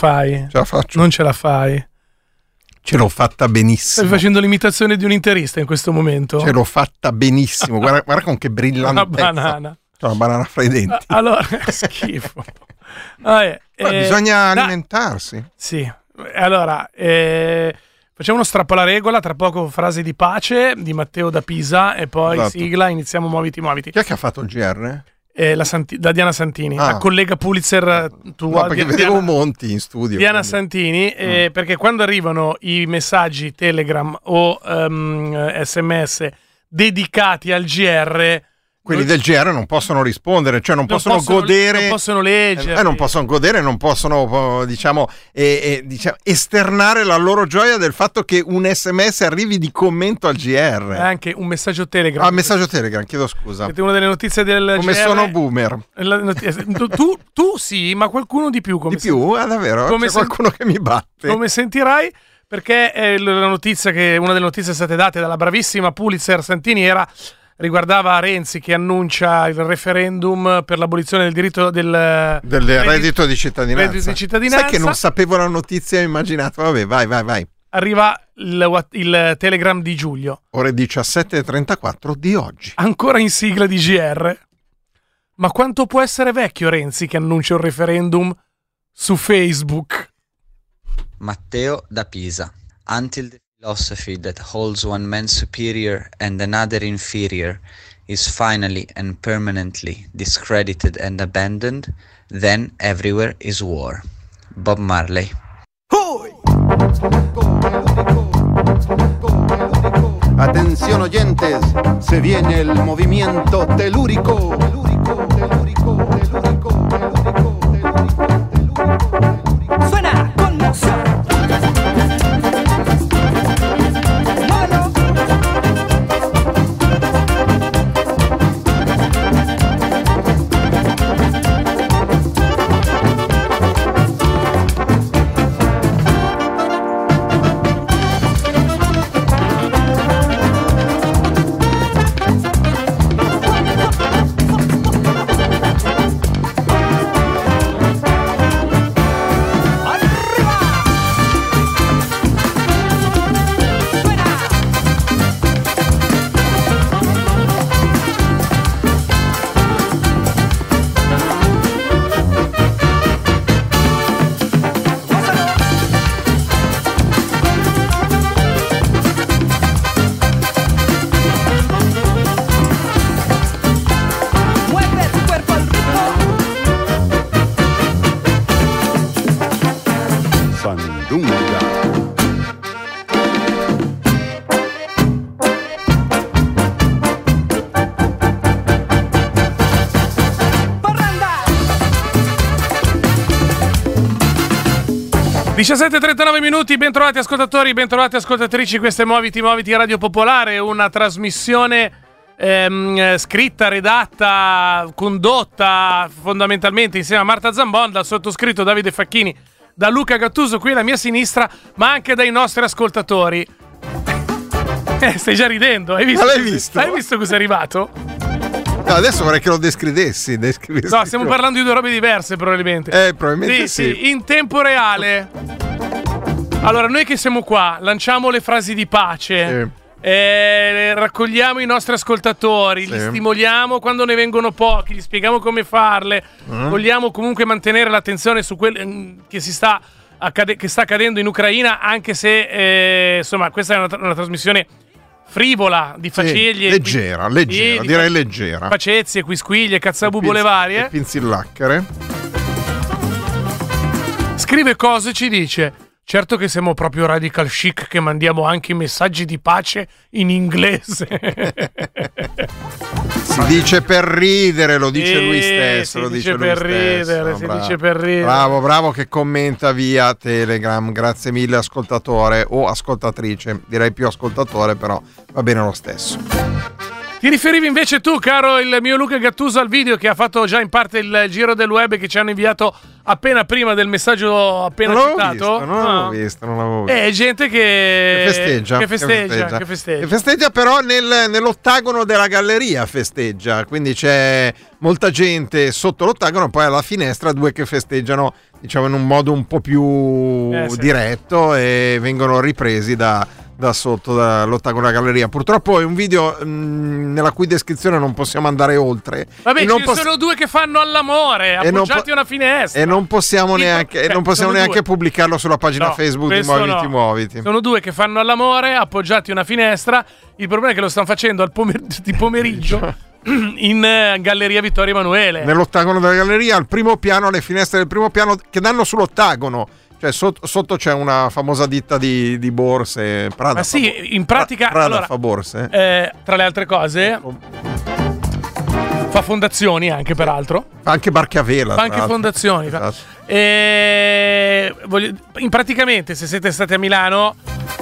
fai. Ce la faccio. Non ce la fai. Ce l'ho fatta benissimo. Stai facendo l'imitazione di un interista in questo momento? Ce l'ho fatta benissimo. Guarda con che brillantezza. Una banana. C'ho una banana fra i denti. Allora, schifo. Bisogna alimentarsi. Sì. Allora, facciamo uno strappo alla regola, tra poco frasi di pace di Matteo da Pisa e poi esatto. Sigla, iniziamo muoviti. Chi è che ha fatto il GR? Da Diana Santini, la collega Pulitzer tua. No, perché vedevo Monti in studio. Diana Santini, perché quando arrivano i messaggi Telegram o SMS dedicati al GR, quelli del GR non possono rispondere, cioè non possono godere, non possono leggere, non possono godere, non possono diciamo esternare la loro gioia del fatto che un SMS arrivi di commento al GR. Anche un messaggio Telegram. Messaggio Telegram, chiedo scusa. Siete una delle notizie del come GR. Sono boomer. Tu sì, ma qualcuno di più. Di più? Davvero? C'è qualcuno che mi batte. Come sentirai, perché la notizia una delle notizie state date dalla bravissima Pulitzer Santini riguardava Renzi che annuncia il referendum per l'abolizione del diritto del reddito di cittadinanza. Sai che non sapevo la notizia, ho immaginato. Vabbè, vai. Arriva il Telegram di Giulio. Ore 17:34 di oggi. Ancora in sigla di GR. Ma quanto può essere vecchio Renzi che annuncia un referendum su Facebook? Matteo da Pisa. Until the philosophy that holds one man superior and another inferior is finally and permanently discredited and abandoned, then everywhere is war. Bob Marley. Atención oyentes, se viene el movimiento telúrico. Suena conmoción. (17:39), bentrovati ascoltatori, bentrovate ascoltatrici, questa è Muoviti Radio Popolare, una trasmissione scritta, redatta, condotta fondamentalmente insieme a Marta Zambon, dal sottoscritto Davide Facchini, da Luca Gattuso qui alla mia sinistra, ma anche dai nostri ascoltatori. Stai già ridendo, hai visto? Ma l'hai visto? Hai visto cos'è arrivato? No, adesso vorrei che lo descrivessi. No, stiamo parlando di due robe diverse probabilmente. Probabilmente sì. In tempo reale. Allora, noi che siamo qua, lanciamo le frasi di pace, raccogliamo i nostri ascoltatori, li stimoliamo quando ne vengono pochi, gli spieghiamo come farle, vogliamo comunque mantenere l'attenzione su quello che sta accadendo in Ucraina, anche se insomma questa è una trasmissione frivola di faceglie, leggera, direi leggera, facezie, quisquiglie, cazzabubole varie, pinzillacchere. Scrive cose e ci dice: certo che siamo proprio radical chic che mandiamo anche i messaggi di pace in inglese. Si dice per ridere, lo dice lui stesso. Si dice per ridere. Bravo che commenta via Telegram. Grazie mille ascoltatore o ascoltatrice. Direi più ascoltatore, però va bene lo stesso. Ti riferivi invece tu, caro il mio Luca Gattuso, al video che ha fatto già in parte il giro del web che ci hanno inviato appena prima del messaggio appena citato? Non l'avevo visto. È gente che festeggia, però nell'ottagono della galleria festeggia, quindi c'è molta gente sotto l'ottagono, poi alla finestra due che festeggiano, diciamo, in un modo un po' più diretto e vengono ripresi da sotto dall'ottagono della galleria. Purtroppo è un video nella cui descrizione non possiamo andare oltre. Vabbè, ci sono due che fanno all'amore appoggiati a una finestra e non possiamo neanche pubblicarlo sulla pagina Facebook di Muoviti. Sono due che fanno all'amore appoggiati a una finestra. Il problema è che lo stanno facendo di pomeriggio in Galleria Vittorio Emanuele, nell'ottagono della galleria, al primo piano, alle finestre del primo piano che danno sull'ottagono. Cioè sotto c'è una famosa ditta di borse, Prada. Ma sì, in pratica Prada fa borse. Tra le altre cose fa fondazioni anche, peraltro. Fa anche barche a vela. Fa anche fondazioni. Esatto. Praticamente, se siete stati a Milano,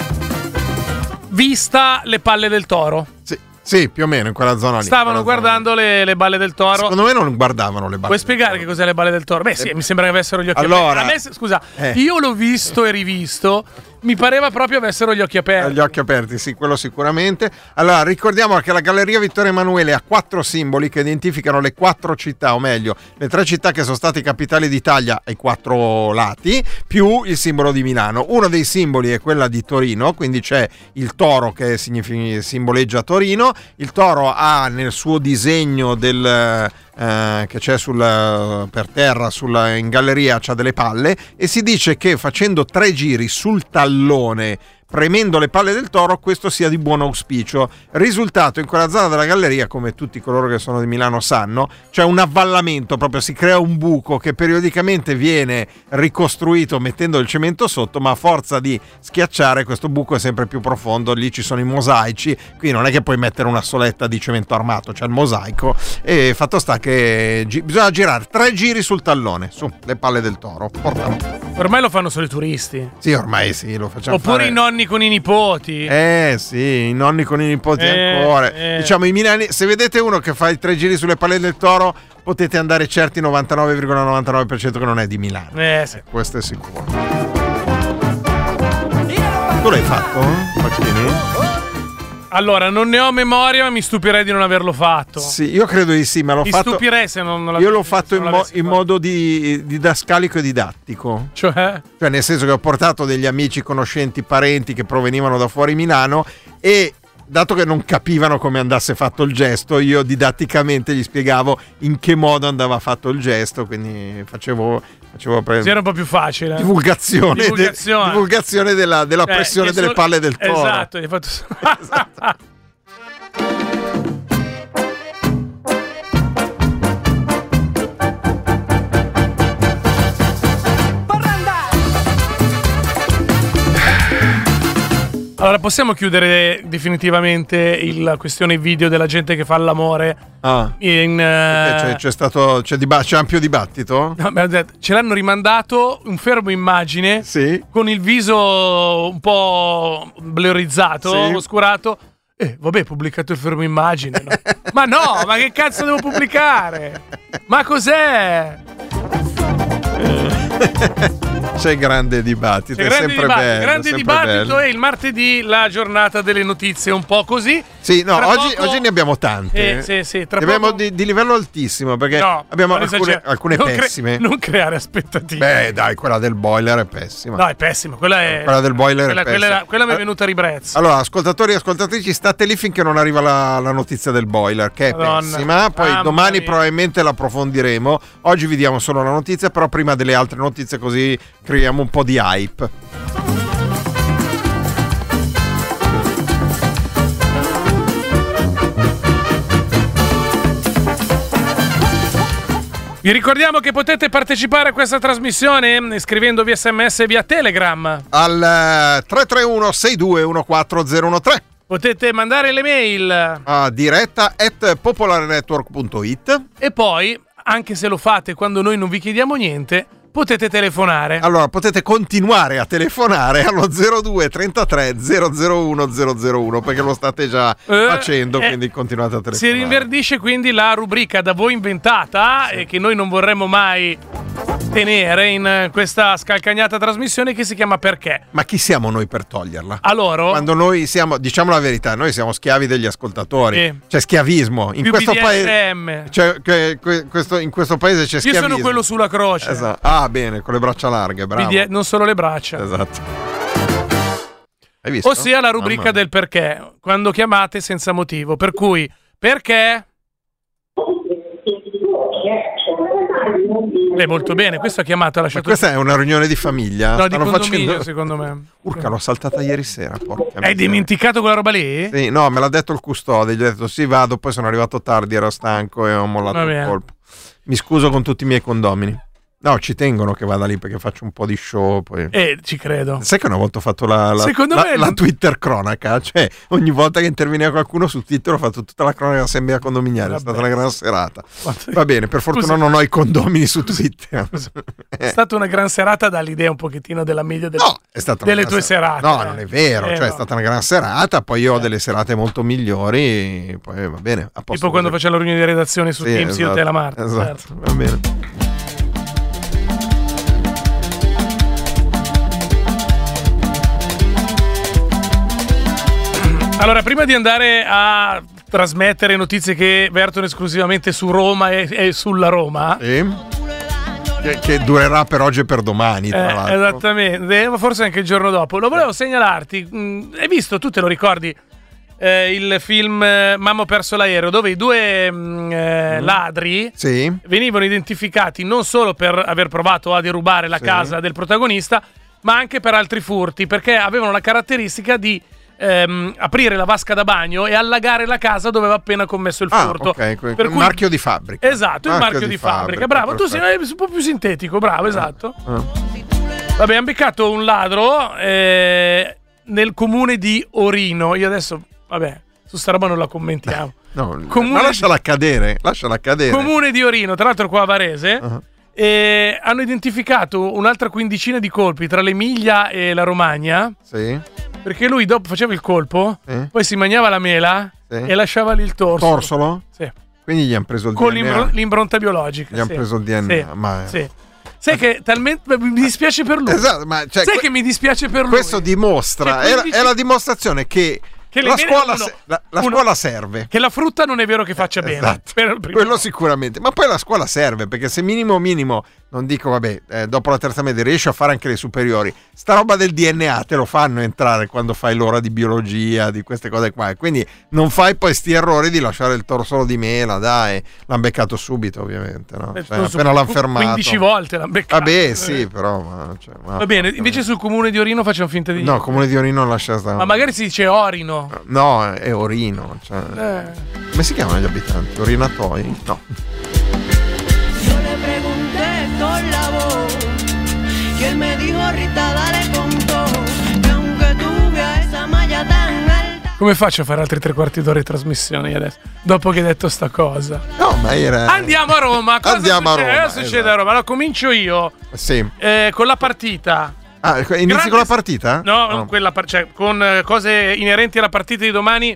vista le palle del toro. Sì, più o meno in quella zona lì. Stavano guardando le balle del toro. Secondo me non guardavano le balle. Puoi spiegare che cos'è le balle del toro? Beh, sì, mi sembra che avessero gli occhi aperti. Scusa, io l'ho visto e rivisto. Mi pareva proprio avessero gli occhi aperti. Gli occhi aperti, sì, quello sicuramente. Allora, ricordiamo che la Galleria Vittorio Emanuele ha 4 simboli che identificano le 4 città, o meglio, le 3 città che sono state capitali d'Italia ai 4 lati, più il simbolo di Milano. Uno dei simboli è quella di Torino, quindi c'è il toro che simboleggia Torino. Il toro ha nel suo disegno che c'è per terra in galleria, c'ha delle palle, e si dice che facendo 3 giri sul tallone, premendo le palle del toro, questo sia di buon auspicio. Risultato, in quella zona della galleria, come tutti coloro che sono di Milano sanno, c'è un avvallamento, proprio si crea un buco che periodicamente viene ricostruito mettendo il cemento sotto, ma a forza di schiacciare questo buco è sempre più profondo. Lì ci sono i mosaici, qui non è che puoi mettere una soletta di cemento armato, c'è il mosaico, e fatto sta che bisogna girare 3 giri sul tallone, su le palle del toro. Ormai lo fanno solo i turisti. Sì, ormai sì, lo facciamo. Oppure i nonni con i nipoti. Sì, i nonni con i nipoti ancora. Diciamo, i milani, se vedete uno che fa i 3 giri sulle palle del toro, potete andare certi 99,99% che non è di Milano. Sì. Questo è sicuro. Tu l'hai fatto, Facchini? Allora, non ne ho memoria, ma mi stupirei di non averlo fatto. Sì, io credo di sì, ma l'ho fatto. Mi stupirei se non l'avessi. Io l'ho fatto in modo didascalico e didattico. Cioè, nel senso che ho portato degli amici, conoscenti, parenti che provenivano da fuori Milano, e dato che non capivano come andasse fatto il gesto, io didatticamente gli spiegavo in che modo andava fatto il gesto, quindi facevo era un po' più facile. Divulgazione della pressione delle palle del toro. Esatto, hai fatto. Esatto. Allora, possiamo chiudere definitivamente la questione video della gente che fa l'amore? C'è ampio dibattito? No, ce l'hanno rimandato un fermo immagine, sì, con il viso un po' blurrizzato, sì, oscurato. Vabbè, pubblicato il fermo immagine, no? Ma no, ma che cazzo devo pubblicare? Ma cos'è? C'è grande dibattito, è sempre bello. Grande dibattito, e il martedì la giornata delle notizie un po' così. Sì, no, oggi ne abbiamo tante. Sì, abbiamo di livello altissimo, perché abbiamo alcune pessime. Non creare aspettative. Beh, dai, quella del boiler è pessima. No, è pessima. Quella del boiler è pessima. Quella mi è venuta a ribrezzo. Allora, ascoltatori e ascoltatrici, state lì finché non arriva la notizia del boiler, che è pessima. Poi domani probabilmente l'approfondiremo. Oggi vi diamo solo la notizia, però prima delle altre notizie, così creiamo un po' di hype. Vi ricordiamo che potete partecipare a questa trasmissione scrivendovi SMS via Telegram al 331 6214013. Potete mandare le mail a diretta@popolarenetwork.it. E poi, anche se lo fate quando noi non vi chiediamo niente, potete telefonare. Allora potete continuare a telefonare allo 02 33 001 001 perché lo state già facendo, quindi continuate a telefonare. Si rinverdisce quindi la rubrica da voi inventata e che noi non vorremmo mai tenere in questa scalcagnata trasmissione che si chiama Perché. Ma chi siamo noi per toglierla? A loro? Quando noi siamo, diciamo la verità, noi siamo schiavi degli ascoltatori. C'è schiavismo in più questo BDSM. paese. In questo paese c'è schiavismo. Io sono quello sulla croce. Esatto. Ah, bene, con le braccia larghe, bravo. Non solo le braccia. Esatto. Hai visto? Ossia la rubrica del perché, quando chiamate senza motivo. Per cui, perché? Molto bene, questa chiamata ha lasciato. Ma questa è una riunione di famiglia? No, di condominio, secondo me. Urca, l'ho saltata ieri sera, porca. Hai dimenticato quella roba lì? Sì, no, me l'ha detto il custode, gli ho detto sì, vado, poi sono arrivato tardi, ero stanco e ho mollato il colpo. Mi scuso con tutti i miei condomini. No, ci tengono che vada lì perché faccio un po' di show poi. Ci credo. Sai che una volta ho fatto la Twitter cronaca? Cioè, ogni volta che interveniva qualcuno su Twitter ho fatto tutta la cronaca dell'assemblea condominiale. È stata una gran serata. Va bene, per fortuna non ho i condomini su Twitter. È stata una gran serata dall'idea un pochettino della media delle tue serate. No, non è vero. È stata una gran serata. Poi io ho delle serate molto migliori. Poi va bene. A posto tipo quando facevo la riunione di redazione su Teams, io te la Marta. Esatto, certo. Va bene. Allora, prima di andare a trasmettere notizie che vertono esclusivamente su Roma e sulla Roma, che durerà per oggi e per domani, tra l'altro. Esattamente, ma forse anche il giorno dopo. Lo volevo segnalarti. Hai visto, tu te lo ricordi, il film Mamma ho perso l'aereo, dove i due ladri venivano identificati non solo per aver provato a derubare la casa del protagonista, ma anche per altri furti, perché avevano la caratteristica di aprire la vasca da bagno e allagare la casa dove aveva appena commesso il furto. Ok, il marchio di fabbrica. Esatto, il marchio di fabbrica. Bravo, tu sei un po' più sintetico, bravo, esatto. Vabbè, hanno beccato un ladro nel comune di Orino. Io adesso, vabbè, su sta roba non la commentiamo. Ma lasciala cadere. Comune di Orino, tra l'altro qua a Varese. E hanno identificato un'altra quindicina di colpi tra l'Emilia e la Romagna. Perché lui dopo faceva il colpo, poi si mangiava la mela e lasciava lì il torso. Torsolo? Sì. Quindi gli hanno preso il DNA. Con l'impronta biologica. Gli hanno preso il DNA. Sai che talmente mi dispiace per lui. Esatto, sai che mi dispiace per lui. Questo dimostra, è la dimostrazione che la scuola serve. Che la frutta non è vero che faccia bene. Esatto. Quello sicuramente. Ma poi la scuola serve, perché se minimo, non dico vabbè, dopo la terza media riesci a fare anche le superiori. Sta roba del DNA te lo fanno entrare quando fai l'ora di biologia, di queste cose qua. Quindi non fai poi sti errori di lasciare il torsolo di mela, dai. L'hanno beccato subito, ovviamente, no? Appena l'hanno fermato. 15 volte l'hanno beccato. Vabbè, sì, però va bene, invece sul comune di Orino facciamo finta di no, comune di Orino lascia stare. Ma magari si dice Orino. No, è Orino. Come si chiamano gli abitanti? Orinatoi? No. Yo le pregunté con la voz y él me dijo Rita dale con todo que aunque tu veas esa malla tan alta. Come faccio a fare altri 3/4 d'ora di trasmissione adesso? Dopo che hai detto sta cosa. No, ma era. Andiamo a Roma. Andiamo a Roma. Cosa succede a Roma? Allora comincio io. Sì. Con la partita. Inizi con la partita? No, con cose inerenti alla partita di domani.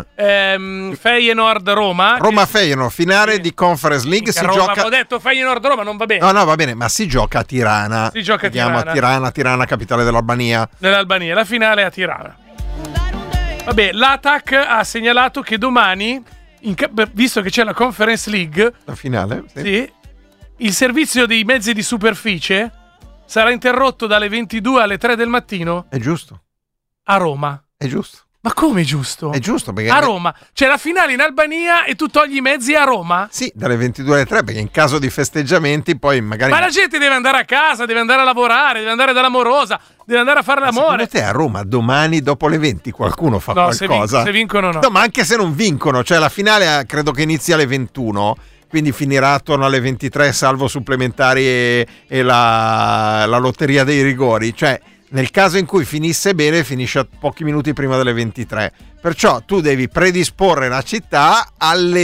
Feyenoord-Roma. Roma-Feyenoord, finale di Conference League. Gioca. Ho detto Feyenoord-Roma, non va bene. No, va bene, ma si gioca a Tirana. Tirana, capitale dell'Albania. La finale è a Tirana. Vabbè, l'Atac ha segnalato che domani, visto che c'è la Conference League, la finale, sì, il servizio dei mezzi di superficie sarà interrotto dalle 22 alle 3 del mattino. È giusto. A Roma. È giusto. Ma come è giusto? È giusto perché a Roma. C'è la finale in Albania e tu togli i mezzi a Roma? Sì, dalle 22 alle 3 perché in caso di festeggiamenti poi magari. Ma la gente deve andare a casa, deve andare a lavorare, deve andare dall'amorosa, deve andare a fare l'amore. Secondo te a Roma domani dopo le 20 qualcuno fa qualcosa? Se vincono no. No, ma anche se non vincono, cioè la finale credo che inizi alle 21. Quindi finirà attorno alle 23 salvo supplementari e la lotteria dei rigori. Cioè, nel caso in cui finisse bene, finisce a pochi minuti prima delle 23. Perciò tu devi predisporre la città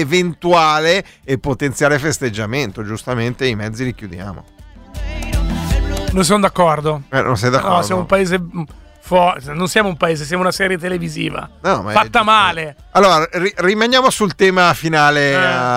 all'eventuale e potenziale festeggiamento. Giustamente i mezzi li chiudiamo. Non sono d'accordo. Non sei d'accordo? No, siamo un paese... non siamo un paese, siamo una serie televisiva fatta male. Allora, rimaniamo sul tema finale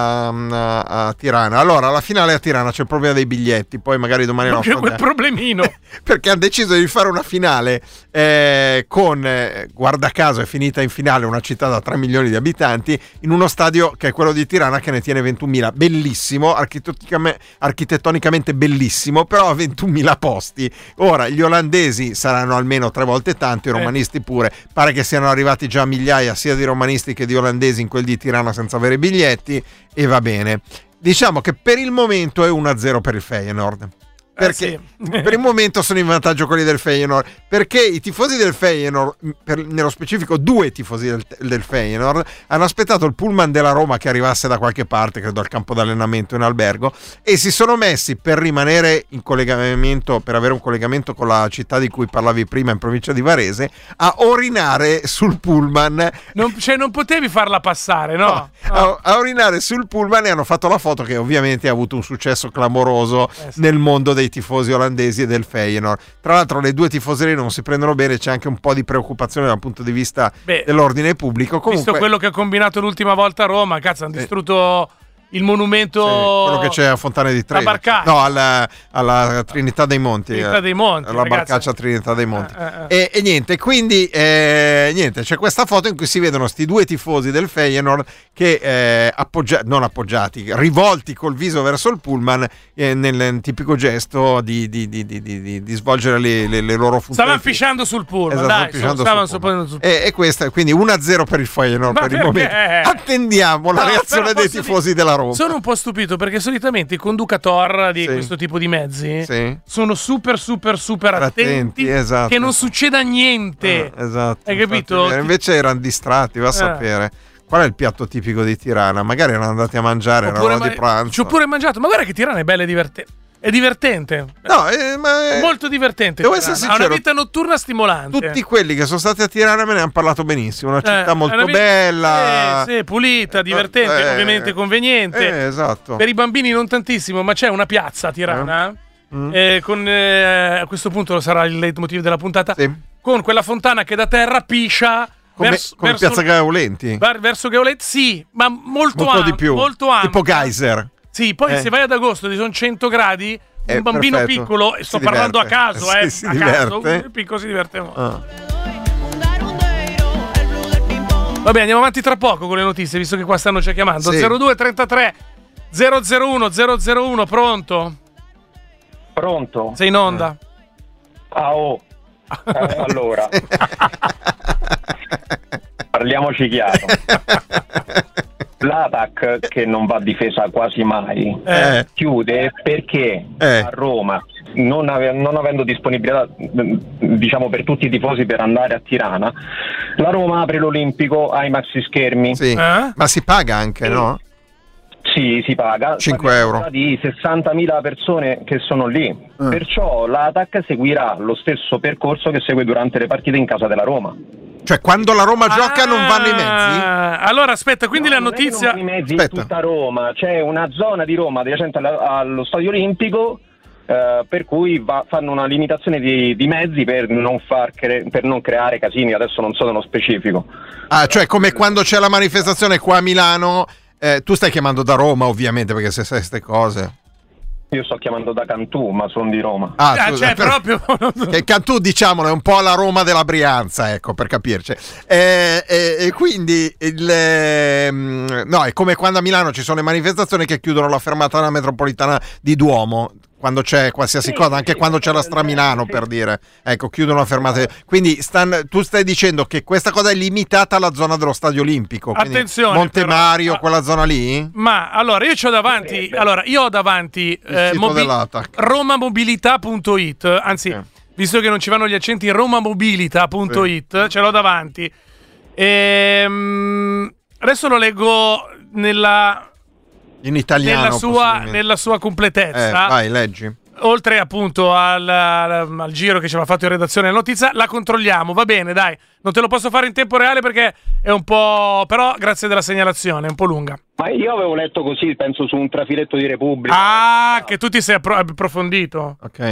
a Tirana. Allora, la finale a Tirana c'è il problema dei biglietti, poi magari domani non c'è quel problemino. Perché hanno deciso di fare una finale con, guarda caso, è finita in finale una città da 3 milioni di abitanti in uno stadio che è quello di Tirana, che ne tiene 21.000. Bellissimo, architettonicamente bellissimo, però a 21.000 posti. Ora, gli olandesi saranno almeno 3 volte tanto, i romanisti pure. Pare che siano arrivati già migliaia sia di romanisti che di olandesi in quel di Tirana senza avere biglietti, e va bene. Diciamo che per il momento è 1-0 per il Feyenoord. Perché per il momento sono in vantaggio quelli del Feyenoord, perché i tifosi del Feyenoord, nello specifico 2 tifosi del Feyenoord, hanno aspettato il pullman della Roma che arrivasse da qualche parte, credo al campo d'allenamento in albergo, e si sono messi per rimanere in collegamento, per avere un collegamento con la città di cui parlavi prima in provincia di Varese, a orinare sul pullman. Non potevi farla passare, no? A orinare sul pullman, e hanno fatto la foto che ovviamente ha avuto un successo clamoroso nel mondo dei tifosi olandesi e del Feyenoord. Tra l'altro le 2 tifoserie non si prendono bene, c'è anche un po' di preoccupazione dal punto di vista dell'ordine pubblico. Comunque, visto quello che ha combinato l'ultima volta a Roma, cazzo, hanno distrutto il monumento, quello che c'è a Fontana di Trevi, alla Trinità dei Monti, la barcaccia Trinità dei Monti. E niente, quindi niente, c'è questa foto in cui si vedono sti 2 tifosi del Feyenoord che rivolti col viso verso il pullman, nel tipico gesto di svolgere le loro funzioni. Stavano fisciando sul pullman, e questa, quindi 1-0 per il Feyenoord. Per il momento attendiamo la reazione dei tifosi della Roma. Sono un po' stupito perché solitamente i conducator di questo tipo di mezzi sono super attenti, esatto, che non succeda niente. Esatto. Hai capito? Invece erano distratti, va a sapere. Qual è il piatto tipico di Tirana? Magari erano andati a mangiare, erano di pranzo. Ci ho pure mangiato, ma guarda che Tirana è bella e divertente. È divertente. No, ma è molto divertente. Devo essere sincero, ha una vita notturna stimolante. Tutti quelli che sono stati a Tirana me ne hanno parlato benissimo. Una città molto bella, pulita, divertente, ovviamente conveniente. Esatto. Per i bambini non tantissimo, ma c'è una piazza a Tirana. A questo punto lo sarà il leitmotiv della puntata. Con quella fontana che da terra piscia. Come Piazza Gaulenti. Verso Gaulenti, sì, ma molto di più. Molto ampio. Tipo geyser. Sì, poi se vai ad agosto sono 100 gradi, un bambino piccolo, e sto parlando a caso, si a diverte. caso, il piccolo si diverte molto. Vabbè, andiamo avanti tra poco con le notizie, visto che qua stanno già chiamando. 0233 001 001, pronto? Pronto? Sei in onda? Allora, parliamoci chiaro. L'ATAC, che non va difesa quasi mai, chiude perché a Roma, non avendo disponibilità, diciamo, per tutti i tifosi per andare a Tirana, la Roma apre l'Olimpico ai maxi schermi. Ma si paga anche, no? Sì, si paga. 5 euro. Di 60.000 persone che sono lì. Perciò l'ATAC seguirà lo stesso percorso che segue durante le partite in casa della Roma. Cioè, quando la Roma gioca non vanno i mezzi? Allora, aspetta, quindi la notizia... Non vanno i mezzi in tutta Roma. C'è una zona di Roma adiacente allo Stadio Olimpico, per cui fanno una limitazione di mezzi per non creare casini. Adesso non so nello specifico. Cioè come quando c'è la manifestazione qua a Milano... tu stai chiamando da Roma, ovviamente, perché se sai queste cose. Io sto chiamando da Cantù, ma sono di Roma. Cioè proprio che Cantù, diciamolo, è un po' la Roma della Brianza, ecco, per capirci. E quindi no, è come quando a Milano ci sono le manifestazioni che chiudono la fermata della metropolitana di Duomo. Quando c'è qualsiasi cosa, anche quando c'è la Stramilano, per dire, ecco, chiudono la fermata. Quindi tu stai dicendo che questa cosa è limitata alla zona dello Stadio Olimpico. Attenzione, Monte Mario, quella zona lì? Ma allora io ho davanti romamobilità.it, anzi, visto che non ci vanno gli accenti, romamobilità.it, ce l'ho davanti. Adesso lo leggo in italiano, nella sua completezza. Vai, leggi. Oltre appunto al giro che ci aveva fatto in redazione la notizia, la controlliamo, va bene, dai. Non te lo posso fare in tempo reale perché è un po'... però grazie della segnalazione, è un po' lunga. Ma io avevo letto così, penso su un trafiletto di Repubblica. Che tu ti sei approfondito. Ok.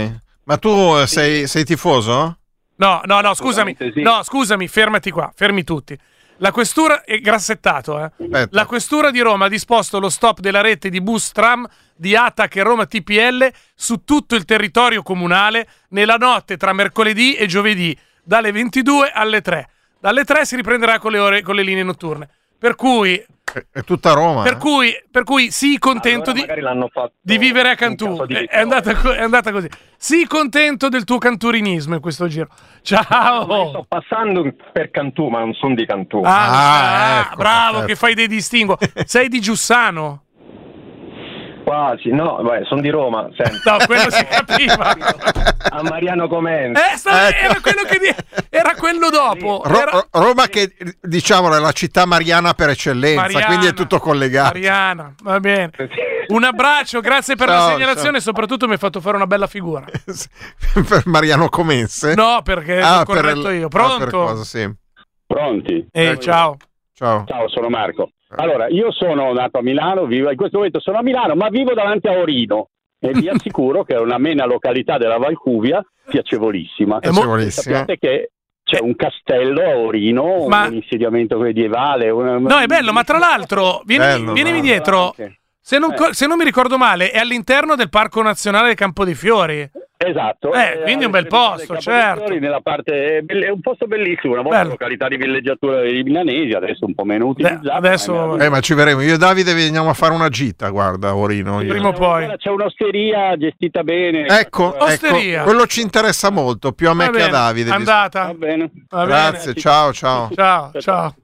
Ma tu sei tifoso? No, scusami. Sì. No, scusami, fermati qua, fermi tutti. La questura è grassettato, La questura di Roma ha disposto lo stop della rete di bus tram di ATAC e Roma TPL su tutto il territorio comunale nella notte tra mercoledì e giovedì, dalle 22 alle 3. Dalle 3 si riprenderà con le linee notturne. Per cui è tutta Roma. Per cui sii contento di vivere a Cantù. È andata così. Sii contento del tuo canturinismo in questo giro. Ciao. Sto passando per Cantù, ma non sono di Cantù. Ecco, bravo, perfetto. Che fai dei distinguo. Sei di Giussano? Quasi, no, sono di Roma. No, quello si capiva. A Mariano Comense. Era quello dopo. Roma che, diciamo, è la città mariana per eccellenza, quindi è tutto collegato. Mariana, va bene. Un abbraccio, grazie per la segnalazione, soprattutto mi hai fatto fare una bella figura. Per Mariano Comense? No, perché l'ho corretto io. Pronto? Per cosa, sì. Pronti? Ciao. Ciao, sono Marco. Allora, io sono nato a Milano, in questo momento sono a Milano, ma vivo davanti a Orino e vi assicuro che è una amena località della Valcuvia, piacevolissima. Sapete che c'è un castello a Orino, un insediamento medievale. No, è bello, ma tra l'altro, vienimi dietro. Se non mi ricordo male, è all'interno del Parco Nazionale del Campo dei Fiori. Esatto. Quindi è un bel posto, certo. Fiori, nella parte, è un posto bellissimo, una volta località di villeggiatura dei milanesi, adesso un po' meno utilizzata. Ma ci vedremo. Io e Davide veniamo a fare una gita, guarda, a Orino. Prima o poi. C'è un'osteria gestita bene. Ecco, quello ci interessa molto, più a me che a Davide. Andata. Va bene. Grazie, ciao. Ciao.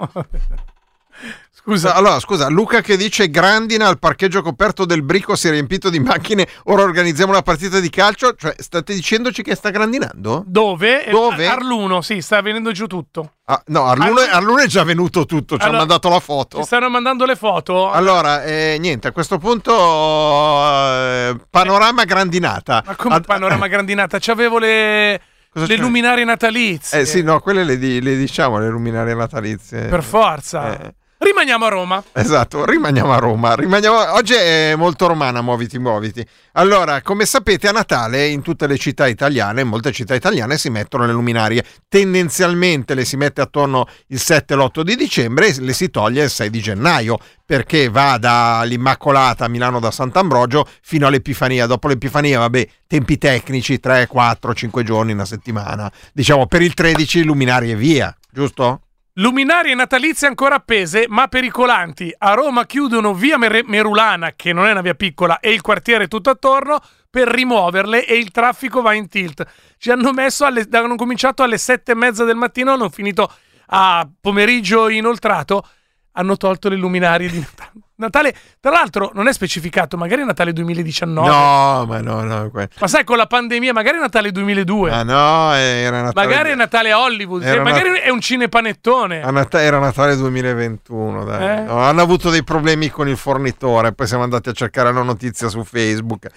Scusa, Luca che dice Grandina al parcheggio coperto del Brico si è riempito di macchine, ora organizziamo una partita di calcio, cioè state dicendoci che sta grandinando? Dove? Arluno, sì, sta venendo giù tutto. Arluno è già venuto tutto, ci hanno mandato la foto. Ci stanno mandando le foto. Allora, niente, a questo punto panorama grandinata. Ma come panorama grandinata? C'avevo le luminarie natalizie. Sì, no, quelle le diciamo, le luminarie natalizie. Per forza. Rimaniamo a Roma. Esatto, rimaniamo a Roma. Oggi è molto romana, muoviti. Allora, come sapete, a Natale in tutte le città italiane, in molte città italiane si mettono le luminarie. Tendenzialmente le si mette attorno il 7 e l'8 di dicembre e le si toglie il 6 di gennaio, perché va dall'Immacolata a Milano da Sant'Ambrogio fino all'Epifania. Dopo l'Epifania, tempi tecnici, 3, 4, 5 giorni, una settimana. Diciamo, per il 13 luminarie via, giusto? Luminarie natalizie ancora appese, ma pericolanti. A Roma chiudono via Merulana, che non è una via piccola, e il quartiere tutto attorno per rimuoverle e il traffico va in tilt. Ci hanno hanno cominciato alle 7:30 del mattino, hanno finito a pomeriggio inoltrato, hanno tolto le luminarie di Natale. Tra l'altro non è specificato, magari è Natale 2019. No, ma no. Ma sai, con la pandemia magari è Natale 2002. Ah no, era Natale. Magari è Natale a Hollywood, magari è un cinepanettone. Era Natale 2021, dai. No, hanno avuto dei problemi con il fornitore, poi siamo andati a cercare la notizia su Facebook.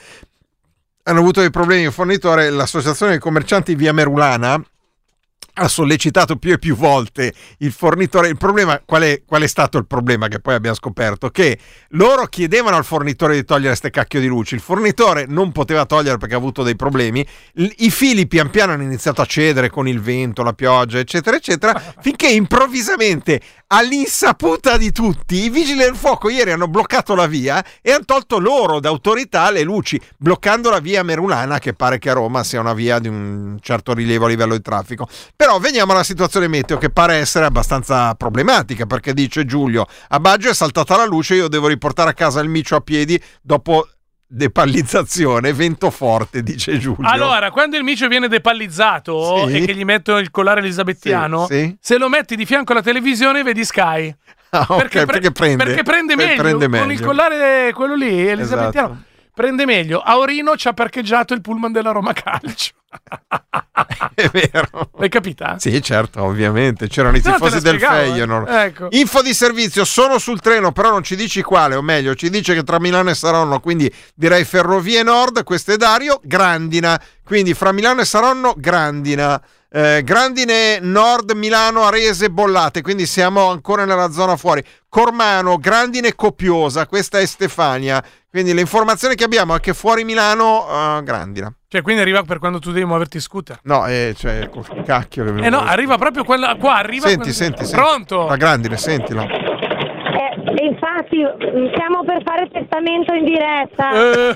Hanno avuto dei problemi con il fornitore, l'associazione dei commercianti via Merulana ha sollecitato più e più volte il fornitore. Il problema, qual è stato il problema che poi abbiamo scoperto? Che loro chiedevano al fornitore di togliere ste cacchio di luci, il fornitore non poteva togliere perché ha avuto dei problemi, i fili pian piano hanno iniziato a cedere con il vento, la pioggia, eccetera eccetera, finché improvvisamente, all'insaputa di tutti, i vigili del fuoco ieri hanno bloccato la via e hanno tolto loro d'autorità le luci, bloccando la via Merulana, che pare che a Roma sia una via di un certo rilievo a livello di traffico. Però veniamo alla situazione meteo, che pare essere abbastanza problematica, perché dice Giulio: a Baggio è saltata la luce, io devo riportare a casa il micio a piedi dopo depallizzazione, vento forte, dice Giulio. Allora, quando il micio viene depallizzato e che gli mettono il collare elisabettiano, se lo metti di fianco alla televisione vedi Sky. Perché prende meglio. Con il collare quello lì elisabettiano, esatto, prende meglio. A Orino ci ha parcheggiato il pullman della Roma Calcio. È vero. L'hai capita? Sì, certo, ovviamente. C'erano i tifosi del Feyenoord. Ecco. Info di servizio: sono sul treno, però non ci dici quale, o meglio, ci dice che tra Milano e Saronno, quindi direi Ferrovie Nord. Questo è Dario. Grandina, quindi fra Milano e Saronno Grandina, Grandine Nord, Milano, Arese, Bollate, quindi siamo ancora nella zona fuori. Cormano, Grandine Copiosa, questa è Stefania, quindi le informazioni che abbiamo è che fuori Milano Grandina. Cioè, quindi arriva per quando tu devi muoverti scooter. No, cioè col cacchio che no, arriva proprio quella qua, arriva. Senti. Pronto? La Grandine, sentila. Infatti stiamo per fare testamento in diretta.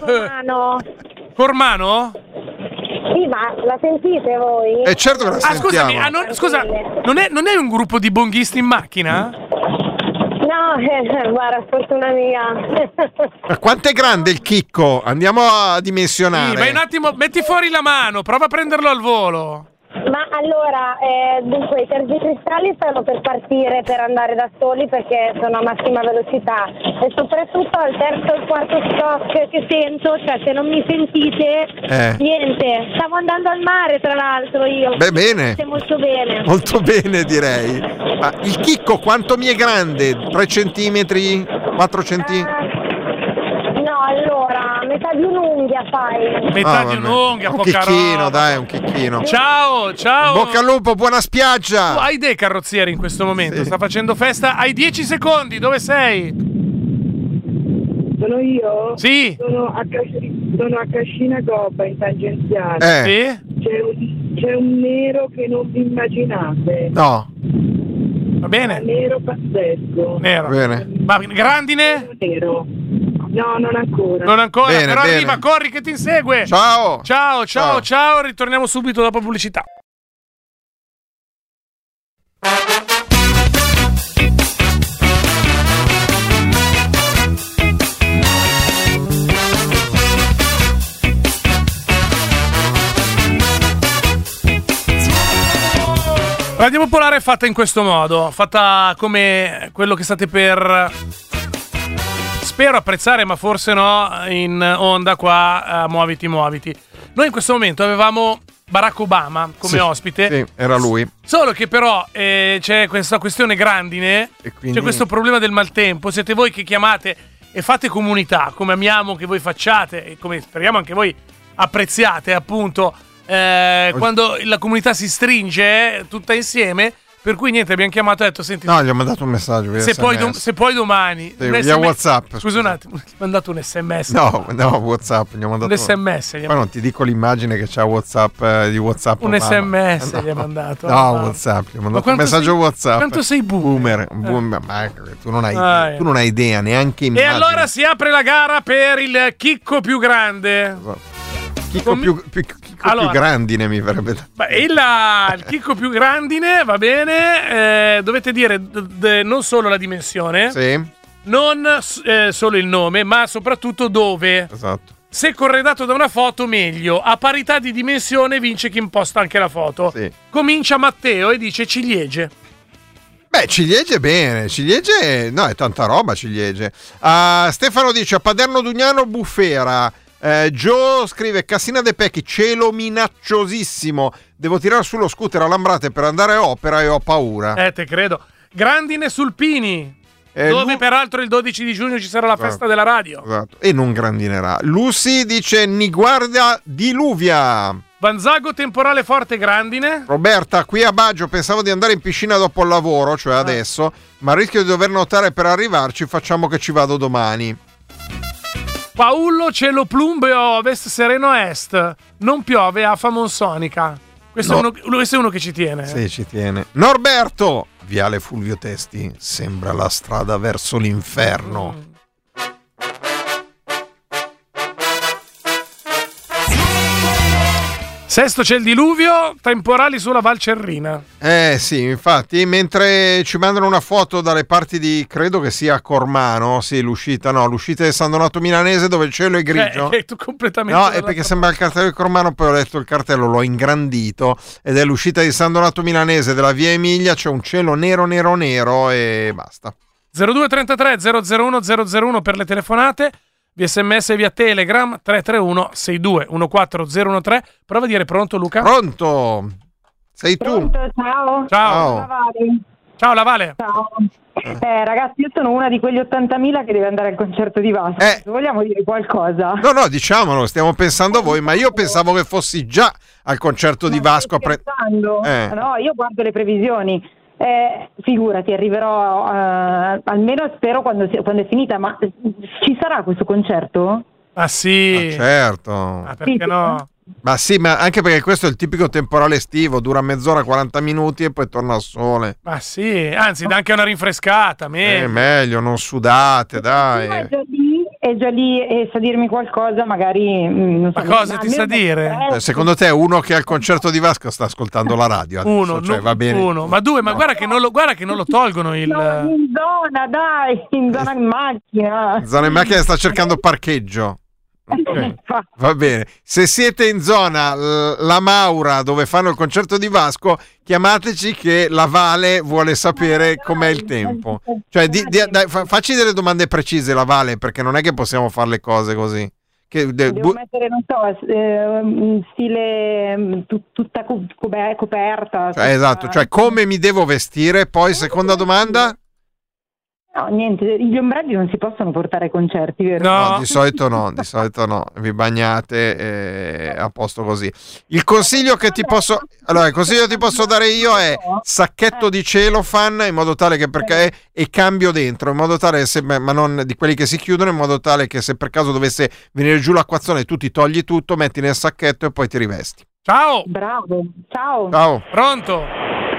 Cormano? Sì, ma la sentite voi? Certo che la sentiamo. Scusami, scusa, non è un gruppo di bonghisti in macchina? No, guarda, fortuna mia. Ma quanto è grande il chicco? Andiamo a dimensionare. Sì, vai un attimo, metti fuori la mano, prova a prenderlo al volo. Ma allora, dunque, i tergicristalli stanno per partire per andare da soli perché sono a massima velocità e soprattutto al terzo e al quarto stop che sento, cioè se non mi sentite, niente. Stavo andando al mare, tra l'altro, io. Beh, bene. Molto bene. Molto bene, direi. Ma il chicco quanto mi è grande? 3 centimetri? 4 centimetri? No, allora, metà di un'unghia fai. Metà di un'unghia, un poca chicchino, roba. dai, un chicchino. Ciao. Bocca al lupo, buona spiaggia. Tu hai dei carrozzieri in questo momento, Sì. sta facendo festa. Hai 10 secondi, dove sei? Sono io? Sì. Sono a Cascina Gobba, in tangenziale. Sì? C'è un nero che non vi immaginate. No. Va bene. Nero pazzesco. Nero. Bene. Ma Grandine? Nero. No, non ancora. Non ancora, Bene, però bene. arriva, corri che ti insegue. Ciao. Ciao, ritorniamo subito dopo pubblicità. Radio Popolare è fatta in questo modo, fatta come quello che state per, spero, apprezzare, ma forse no, in onda qua, Muoviti. Noi in questo momento avevamo Barack Obama come ospite. Sì, era lui. Solo che però c'è questa questione Grandine, E quindi... c'è questo problema del maltempo, siete voi che chiamate e fate comunità, come amiamo che voi facciate e come speriamo anche voi apprezziate, appunto, quando la comunità si stringe tutta insieme, per cui niente, abbiamo chiamato e detto, senti, No, gli ho mandato un messaggio via se poi domani Sì, via WhatsApp. Scusa un attimo, gli ho mandato un sms. No, WhatsApp, gli ho mandato un sms. Poi non ti dico l'immagine che c'ha WhatsApp di WhatsApp. Un Obama. sms gli hai mandato. No, WhatsApp, gli ho mandato un messaggio WhatsApp. Quanto sei boomer? Ma tu non hai idea, neanche immagine. E allora si apre la gara per il chicco più grande. Chicco più grandine mi verrebbe da... Il chicco più grandine, va bene, dovete dire non solo la dimensione, sì, non solo il nome, ma soprattutto dove. Esatto. Se corredato da una foto, meglio. A parità di dimensione vince chi imposta anche la foto. Sì. Comincia Matteo e dice ciliegie. Beh, ciliegie bene, ciliegie... No, è tanta roba ciliegie. Stefano dice a Paderno Dugnano Bufera. Joe scrive Cassina de Pecchi, cielo minacciosissimo, devo tirare sullo scooter a Lambrate per andare a opera e ho paura. Te credo. Grandine Sulpini, dove peraltro il 12 di giugno ci sarà la festa della radio. Esatto. E non grandinerà. Lucy dice Niguarda diluvia. Vanzago temporale forte Grandine. Roberta, qui a Baggio pensavo di andare in piscina dopo il lavoro, cioè adesso, ma rischio di dover nuotare per arrivarci, facciamo che ci vado domani. Paolo, cielo plumbeo ovest, sereno est. Non piove, afa monsonica. Questo è uno che ci tiene. Sì, ci tiene. Norberto, Viale Fulvio Testi, sembra la strada verso l'inferno. Sesto c'è il diluvio, temporali sulla Val Cerrina. Sì, infatti, mentre ci mandano una foto dalle parti di, credo che sia Cormano, sì, l'uscita di San Donato Milanese dove il cielo è grigio. È completamente no, è perché sembra il cartello di Cormano, poi ho letto il cartello, l'ho ingrandito ed è l'uscita di San Donato Milanese della via Emilia, c'è un cielo nero e basta. 0233 001 001 per le telefonate. Via sms e via telegram 331 62 14013. Prova a dire pronto, Luca. Pronto, sei tu. Pronto, ciao. Ciao. Ciao La Vale. Ciao. Ragazzi, io sono una di quegli 80.000 che deve andare al concerto di Vasco. Vogliamo dire qualcosa? No, diciamolo, stiamo pensando a voi, ma io pensavo che fossi già al concerto di Vasco. No, io guardo le previsioni. Figurati, arriverò almeno spero quando è finita, ma ci sarà questo concerto? Ah sì. Certo. Perché no? Ma sì, ma anche perché questo è il tipico temporale estivo, dura mezz'ora, 40 minuti e poi torna al sole. Ma sì, anzi dà anche una rinfrescata, meglio, non sudate, dai. È già lì e sa dirmi qualcosa, magari. Non so, ma cosa ti sa dire? Secondo te uno che al concerto di Vasco sta ascoltando la radio? Adesso, uno, va bene. Uno, ma due, ma guarda che non lo tolgono il. No, in zona, dai, in zona in macchina. In zona in macchina sta cercando parcheggio. Okay. Va bene, se siete in zona La Maura dove fanno il concerto di Vasco, chiamateci che la Vale vuole sapere com'è il tempo. Cioè, facci delle domande precise, la Vale, perché non è che possiamo fare le cose così. Devo mettere, non so, stile tutta coperta. Esatto, cioè come mi devo vestire. Poi seconda domanda. No, niente, gli ombrelli non si possono portare ai concerti, vero? No, di solito no, vi bagnate a posto così. Il consiglio che ti posso dare io è sacchetto di cellophane, in modo tale che e cambio dentro, in modo tale ma non di quelli che si chiudono, in modo tale che se per caso dovesse venire giù l'acquazzone tu ti togli tutto, metti nel sacchetto e poi ti rivesti. Ciao! Bravo, ciao! Pronto?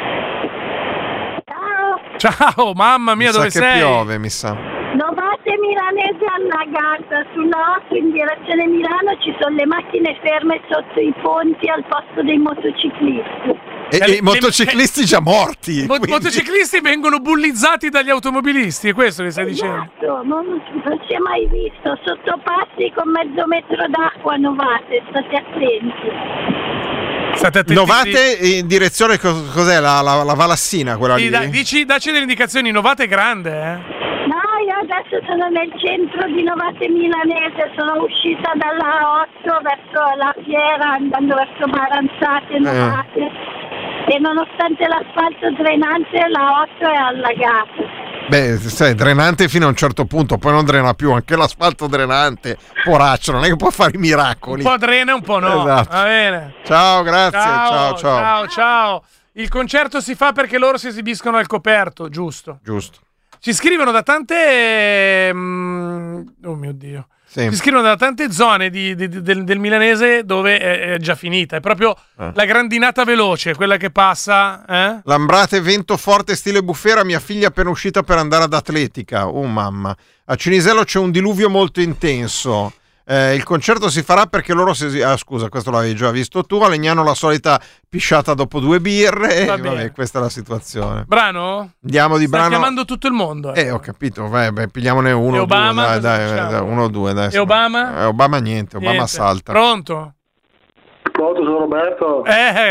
Ciao, mamma mia, dove sei? Che piove, mi sa. Novate Milanese allagata, sulla 8 in direzione Milano ci sono le macchine ferme sotto i ponti al posto dei motociclisti. E i motociclisti già morti. I motociclisti vengono bullizzati dagli automobilisti, è questo che stai dicendo? Non si è mai visto, sottopassi con mezzo metro d'acqua, Novate, state attenti. Novate in direzione cos'è la Valassina quella lì? Dacci delle indicazioni. Novate è grande, No, io adesso sono nel centro di Novate Milanese, sono uscita dalla 8 verso la fiera andando verso Maranzate, Novate e nonostante l'asfalto drenante la 8 è allagata. Beh, sai, drenante fino a un certo punto, poi non drena più, anche l'asfalto drenante, poraccio, non è che può fare i miracoli. Un po' drena, un po' no. Esatto. Va bene. Ciao, grazie. Ciao. Il concerto si fa perché loro si esibiscono al coperto, giusto. Ci scrivono da tante oh mio Dio. Sì. Si scrivono da tante zone del milanese dove è già finita. È proprio la grandinata veloce, quella che passa. Lambrate, vento forte stile bufera. Mia figlia appena uscita per andare ad atletica. Oh mamma. A Cinisello c'è un diluvio molto intenso. Il concerto si farà perché loro scusa, questo l'avevi già visto tu. A Legnano la solita pisciata dopo 2 birre. Vabbè, questa è la situazione. Brano? Andiamo di brano. Sta chiamando tutto il mondo. Ho capito. Vai, pigliamone uno. E Obama? Dai, 1 o 2. Dai. E Obama? Obama niente. Obama salta. Pronto? Sono Roberto.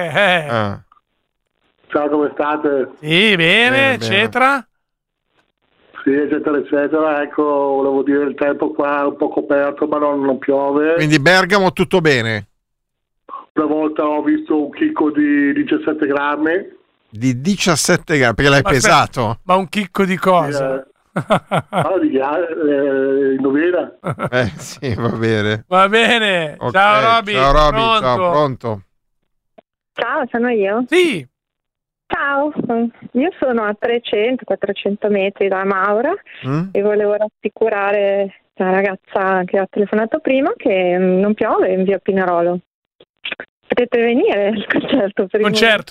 Ciao, come state? Sì, bene, eccetera. Sì, eccetera. Ecco, volevo dire il tempo qua è un po' coperto, ma non piove. Quindi Bergamo tutto bene? Una volta ho visto un chicco di 17 grammi. Di 17 grammi? Perché l'hai pesato? Ma un chicco di cosa? Indovina? Sì, va bene. Va bene. Okay. Ciao Roby. Ciao, pronto? Ciao, sono io? Sì. Ciao, io sono a 300-400 metri da Maura e volevo rassicurare la ragazza che ho telefonato prima che non piove in via Pinerolo. Potete venire al concerto per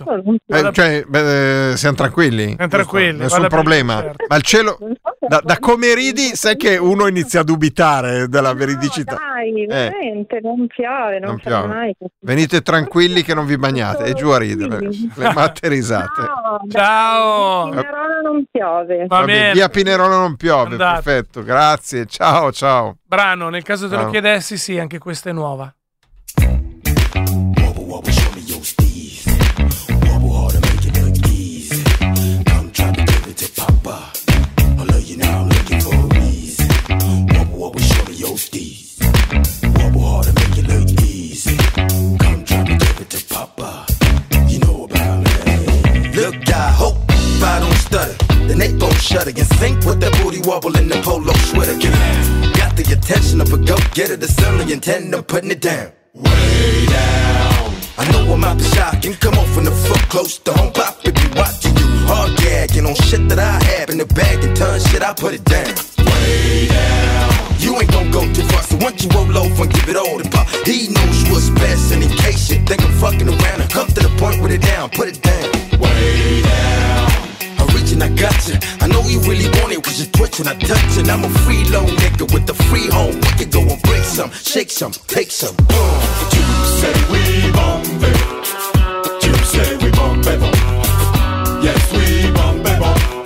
siamo tranquilli? Siamo tranquilli. Nessun problema. Ma il cielo, da come ridi, sai che uno inizia a dubitare della veridicità. Dai, veramente, non piove, non piove mai. Venite tranquilli che non vi bagnate. E giù a ridere. Le matte risate. Ciao. Via Pinerolo non piove. Va bene. Via Pinerolo non piove. Andate. Perfetto, grazie. Ciao. Brano, nel caso te lo chiedessi, sì, anche questa è nuova. Wobble, show me your steez. Wobble hard and make it look easy. Come try to give it to Papa. I love you now, I'm looking for a reason. Wobble, show me your steez. Wobble hard and make it look easy. Come try to give it to Papa. You know about me. Look, I hope I don't stutter. stutter, in sync with that booty wobble in the polo sweater. Got the attention of a go-getter, the certainly intend on putting it down. Way down. I know I'm out the shot, can come off from the foot close to home. Pop if you watching you hard gagging on shit that I have in the bag and ton shit, I put it down. Way down. You ain't gon' go too far, so once you roll over and give it all to pop, he knows what's best, and in case you think I'm fucking around, I come to the point with it down, put it down. Way down. I'm reaching, I got you. I know you really want it, cause you twitch when I touch it. I'm a free low nigga with the free home. We can go and break some, shake some, take some. You say we bomb it. You say we bomb it. Yes, we bomb it.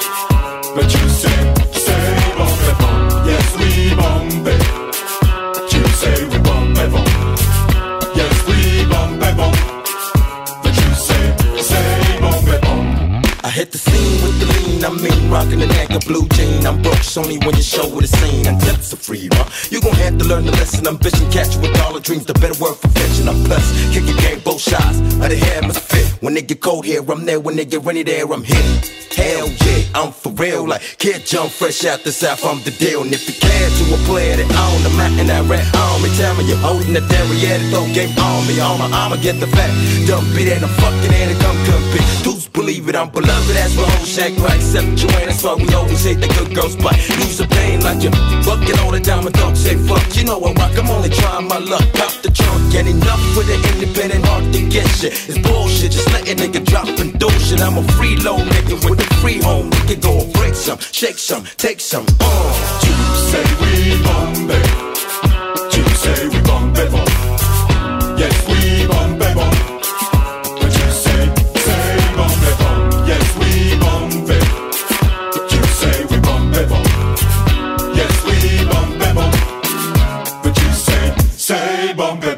But you say bomb it. Yes, we bomb it. You say we bomb it. Yes, we bomb it. But you say bomb it. I hit the scene with the lean, I mean rockin' the neck of blue jean. I'm broke, Sony when you show with a scene. And tips are free, huh? You gon' have to learn the lesson. Ambition, catch you with all the dreams. The better word for vision. I'm plus, kick your game, both shots. Of the hair must fit. When they get cold here, I'm there. When they get rainy there, I'm here. Hell yeah, I'm for real. Like kid jump fresh out the south, I'm the deal. And if you care to a player that own the mountain that red on me, tell me you're holding the dairy, yeah, the throw game on me. I'ma get the fact. Dump it and I'm fucking in and come compete. Dudes believe it, I'm beloved as my whole shack right. Except you ain't, that's why we always hate the good girls bite. Lose the pain like you bucket all the time and don't say fuck. You know I rock, I'm only trying my luck. Pop the trunk, get enough with the independent hard to get shit. It's bullshit, just let a nigga drop and do shit. I'm a free low nigga with the free home. We can go and break some, shake some, take some. You say we bomb it. You say we bomb it. Yes, we bomb it. But you say bomb it. Yes, we bomb it. You say we bomb it. Yes, we bomb it. But you say bomb it.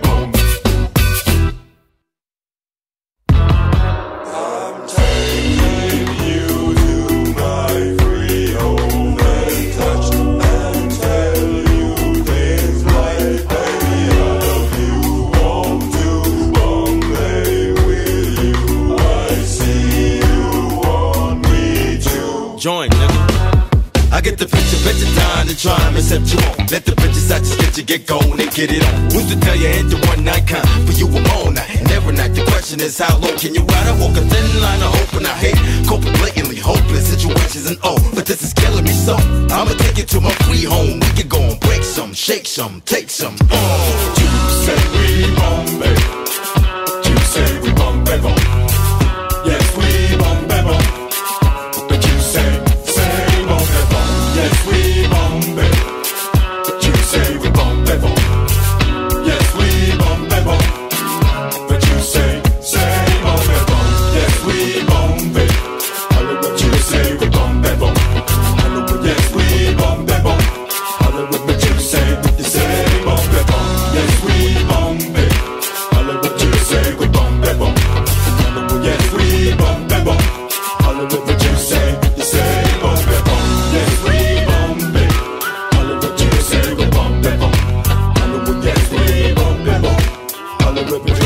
Join, nigga. I get the picture, bet your time to try and accept you on. Let the bitches out your sketch, you get going and get it on. Who's to tell you into one night kind? For you I'm all night, and every night the question is how low can you ride? I walk a thin line of hope and I hate coping blatantly, hopeless situations and but this is killing me so I'ma take it to my free home. We can go and break some, shake some, take some. You say we bomb it. You say we bomb it. Yes, we bomb it. But you say bomb it. Yes, we bomb it. But you say we bomb it. Yes, we bomb it. But you say bomb it. Yes, we bomb it. But you say we bomb it. Yes, we bomb it. But you say bomb it. Yes, we bomb it. But you say we bomb it. Yes, we bomb it. But you say bomb it. Yes, we bomb it. But you say bomb it. Yes, we bomb it. But you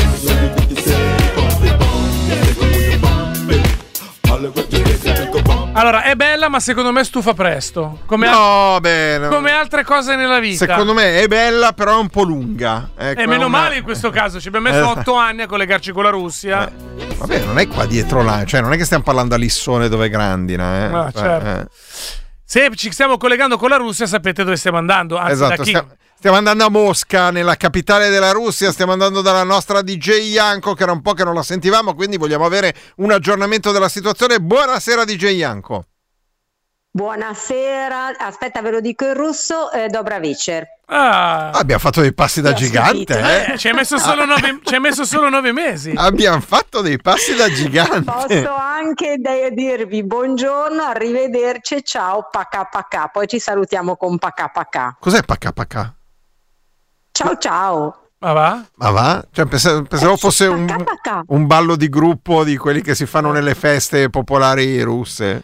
Allora, è bella, ma secondo me stufa presto. Come altre cose nella vita. Secondo me è bella, però è un po' lunga. E meno male in questo caso. Ci abbiamo messo 8 anni a collegarci con la Russia. Vabbè, non è qua dietro là. Cioè, non è che stiamo parlando a Lissone dove è Grandina. Certo. Se ci stiamo collegando con la Russia, sapete dove stiamo andando. Anzi, esatto, stiamo andando a Mosca, nella capitale della Russia. Stiamo andando dalla nostra DJ Janko, che era un po' che non la sentivamo, quindi vogliamo avere un aggiornamento della situazione. Buonasera DJ Janko. Buonasera, aspetta ve lo dico in russo, Dobra Vicer. Abbiamo fatto dei passi da gigante, Ci hai messo solo 9 mesi. Abbiamo fatto dei passi da gigante. Posso anche dirvi buongiorno, arrivederci, ciao, pacà pacà. Poi ci salutiamo con pacà pacà. Cos'è pacà pacà? Ciao ciao. Ma va? Cioè, pensavo fosse un ballo di gruppo di quelli che si fanno nelle feste popolari russe.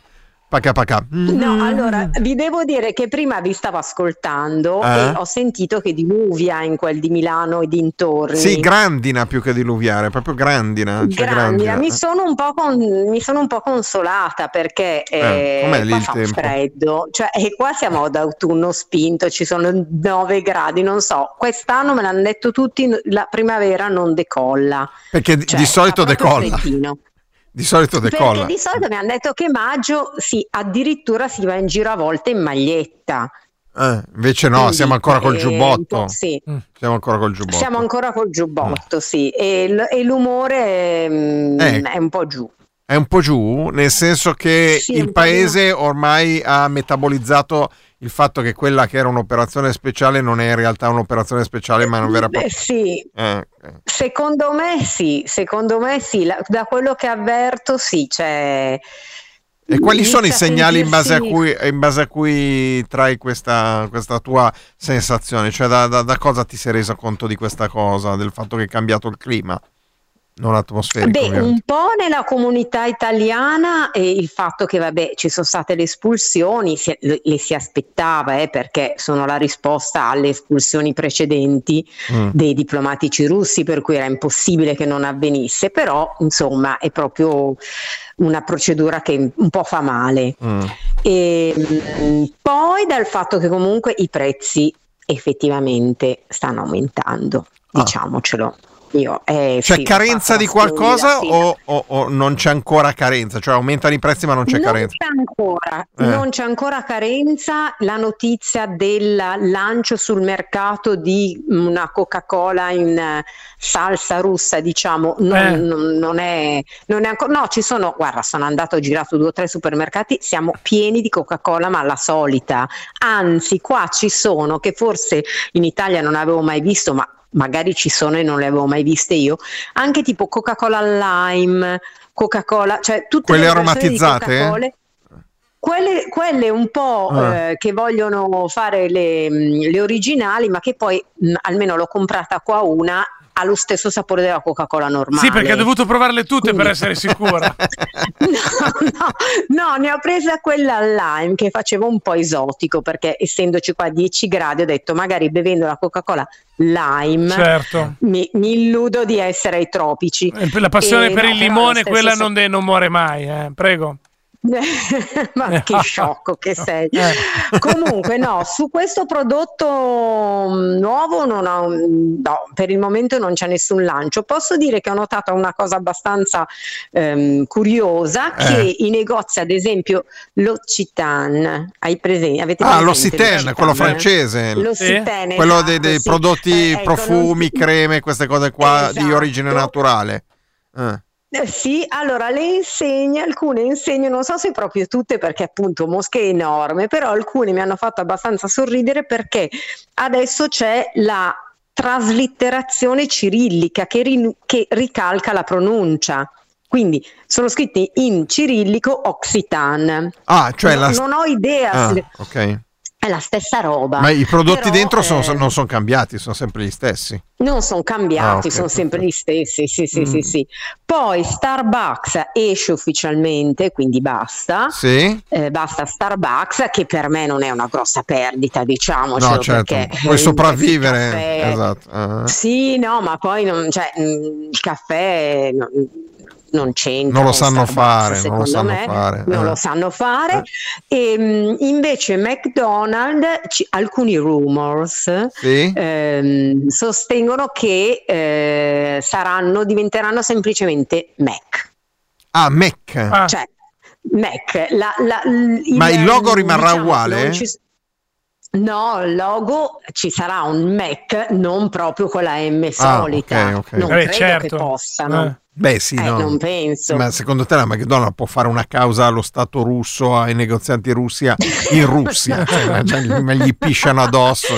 Pacà. No, allora vi devo dire che prima vi stavo ascoltando e ho sentito che diluvia in quel di Milano e dintorni. Sì, grandina più che diluviare, proprio grandina. Grandina. Mi sono un po' consolata perché com'è lì qua il fa tempo? freddo, cioè, e qua siamo ad autunno spinto, ci sono 9 gradi, non so, quest'anno me l'hanno detto tutti, la primavera non decolla. Perché di solito decolla. Di solito decolla. Perché di solito mi hanno detto che maggio addirittura si va in giro a volte in maglietta. Invece no, siamo ancora col giubbotto. Sì. Siamo ancora col giubbotto. Siamo ancora col giubbotto, sì. E l'umore è un po' giù. È un po' giù, nel senso che il paese ormai ha metabolizzato il fatto che quella che era un'operazione speciale non è in realtà un'operazione speciale, ma una vera e propria. Sì. Secondo me sì, da quello che avverto sì, c'è. E quali sono i segnali in base a cui trai questa tua sensazione? Cioè da cosa ti sei resa conto di questa cosa, del fatto che è cambiato il clima? Non atmosferico. Un po' nella comunità italiana e il fatto che ci sono state le espulsioni, le si aspettava perché sono la risposta alle espulsioni precedenti dei diplomatici russi, per cui era impossibile che non avvenisse, però insomma è proprio una procedura che un po' fa male. E poi dal fatto che comunque i prezzi effettivamente stanno aumentando, diciamocelo. C'è carenza di qualcosa o non c'è ancora carenza? Cioè aumentano i prezzi ma non c'è carenza? Non c'è ancora carenza. La notizia del lancio sul mercato di una Coca-Cola in salsa russa, diciamo, non è ancora. No, ci sono, guarda, sono andato, ho girato 2 o 3 supermercati, siamo pieni di Coca-Cola, ma alla solita. Anzi, qua ci sono, che forse in Italia non avevo mai visto, ma magari ci sono e non le avevo mai viste io, anche tipo Coca-Cola Lime, Coca-Cola, cioè tutte quelle le aromatizzate? Quelle un po' che vogliono fare le originali, ma che poi almeno l'ho comprata qua una, ha lo stesso sapore della Coca-Cola normale. Sì, perché ho dovuto provarle tutte per essere sicura. No, ne ho presa quella al lime che faceva un po' esotico, perché essendoci qua 10 gradi ho detto magari bevendo la Coca-Cola lime mi illudo di essere ai tropici. La passione per il limone, quella non muore mai, prego. Ma che sciocco che sei. Comunque no, su questo prodotto nuovo per il momento non c'è nessun lancio. Posso dire che ho notato una cosa abbastanza curiosa, che i negozi, ad esempio l'Occitane, avete presente l'Occitane, quello francese, l'Occitane, quello dei prodotti, profumi, creme, queste cose qua di origine naturale. Sì, allora alcune insegne, non so se proprio tutte, perché appunto Mosca è enorme, però alcune mi hanno fatto abbastanza sorridere, perché adesso c'è la traslitterazione cirillica che ricalca la pronuncia. Quindi sono scritti in cirillico Occitane. Cioè non ho idea. Ok. È la stessa roba. Ma i prodotti dentro non sono cambiati, sono sempre gli stessi. Non sono cambiati, sono sempre gli stessi. Sì. Poi Starbucks esce ufficialmente, quindi basta. Sì. Basta Starbucks, che per me non è una grossa perdita, diciamocelo. No, certo. Perché puoi sopravvivere. Esatto. Sì, no, ma poi il caffè non c'entra. Non lo sanno fare, non lo sanno fare. E invece McDonald's, alcuni rumors sostengono che diventeranno semplicemente Mac. Mac. Cioè Mac. Ma il logo rimarrà uguale? No, il logo ci sarà un Mac, non proprio con la M solita. Okay. Non credo che possano. Beh sì, no. Non penso. Ma secondo te la McDonald's può fare una causa allo Stato russo, ai negozianti Russia in Russia? Ma gli pisciano addosso.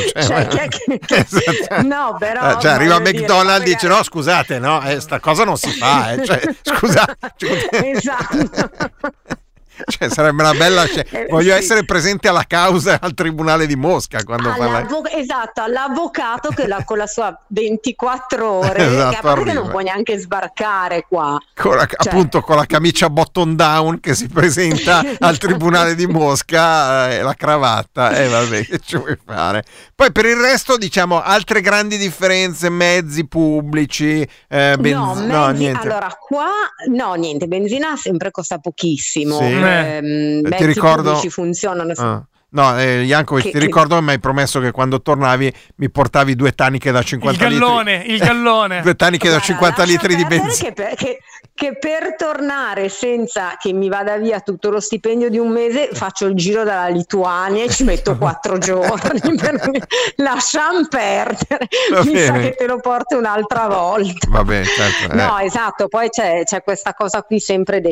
No, però arriva McDonald's e dice no, scusate, no, sta cosa non si fa. Scusate. Esatto. Cioè, sarebbe una bella voglio essere presente alla causa al Tribunale di Mosca quando esatto, all'avvocato che con la sua 24 ore esatto, che non può neanche sbarcare qua appunto con la camicia button down che si presenta al Tribunale di Mosca e la cravatta vabbè, che ci vuoi fare? Poi per il resto diciamo altre grandi differenze, mezzi pubblici, niente. Allora qua niente, benzina sempre costa pochissimo, sì. Mezzi ti ricordo pubblici funzionano. No, Jankovic, ti ricordo che mi hai promesso che quando tornavi mi portavi 2 taniche da 50 litri. Il gallone. 2 taniche da 50 litri di benzina. Che per tornare senza che mi vada via tutto lo stipendio di un mese faccio il giro dalla Lituania e ci metto 4 giorni. Lasciam perdere. Mi sa che te lo porto un'altra volta. Va bene, certo. No, esatto. Poi c'è questa cosa qui sempre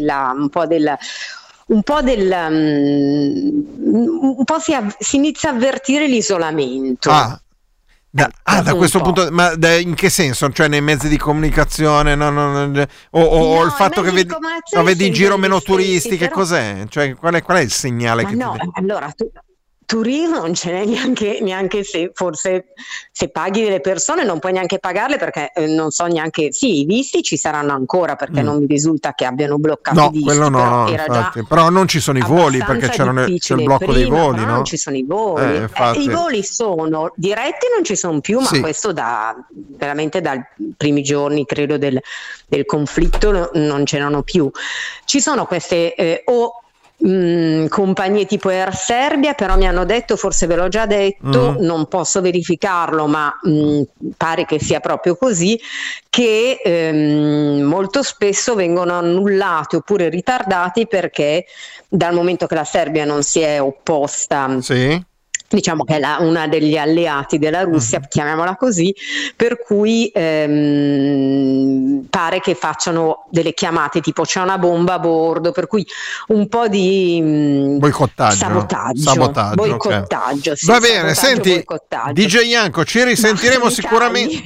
si inizia a avvertire l'isolamento. Da questo punto, ma in che senso? Cioè nei mezzi di comunicazione o il fatto che vedi in giro meno turisti, che cos'è? Cioè qual è il segnale che allora turismo non ce n'è neanche se paghi delle persone non puoi neanche pagarle perché non so neanche i visti ci saranno ancora perché non mi risulta che abbiano bloccato i visti. Quello però non ci sono i voli perché c'è il blocco dei voli, no? Non ci sono i voli, i voli sono diretti, non ci sono più, ma questo veramente dai primi giorni credo del conflitto non c'erano più. Ci sono queste compagnie tipo Air Serbia, però mi hanno detto, forse ve l'ho già detto, non posso verificarlo, ma pare che sia proprio così, che molto spesso vengono annullati oppure ritardati perché dal momento che la Serbia non si è opposta, diciamo che è una degli alleati della Russia, chiamiamola così, per cui pare che facciano delle chiamate tipo c'è una bomba a bordo, per cui un po' di sabotaggio. Boicottaggio. Okay. Va bene, senti, DJ Janko, ci risentiremo sicuramente.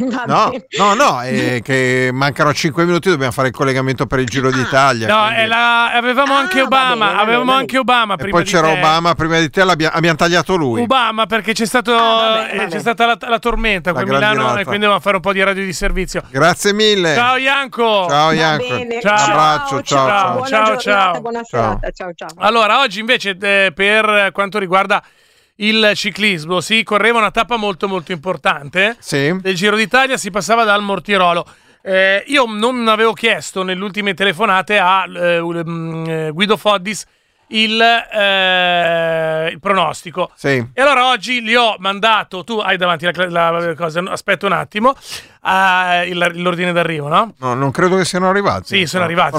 Che mancano 5 minuti, dobbiamo fare il collegamento per il Giro d'Italia. No, avevamo anche Obama, anche Obama prima poi c'era Obama prima di te, abbiamo tagliato lui. Obama perché c'è stata la tormenta qui a Milano e quindi dobbiamo fare un po' di radio di servizio. Grazie mille. Ciao Janko. Ciao Janko. Un abbraccio. Ciao. Buona serata. Ciao. Allora, oggi invece per quanto riguarda il ciclismo si correva una tappa molto molto importante del Giro d'Italia, si passava dal Mortirolo. Io non avevo chiesto nelle ultime telefonate a Guido Foddis il pronostico. E allora oggi gli ho mandato, tu hai davanti la cosa, aspetta un attimo, l'ordine d'arrivo, no? No, non credo che siano arrivati. Sì, sono arrivati.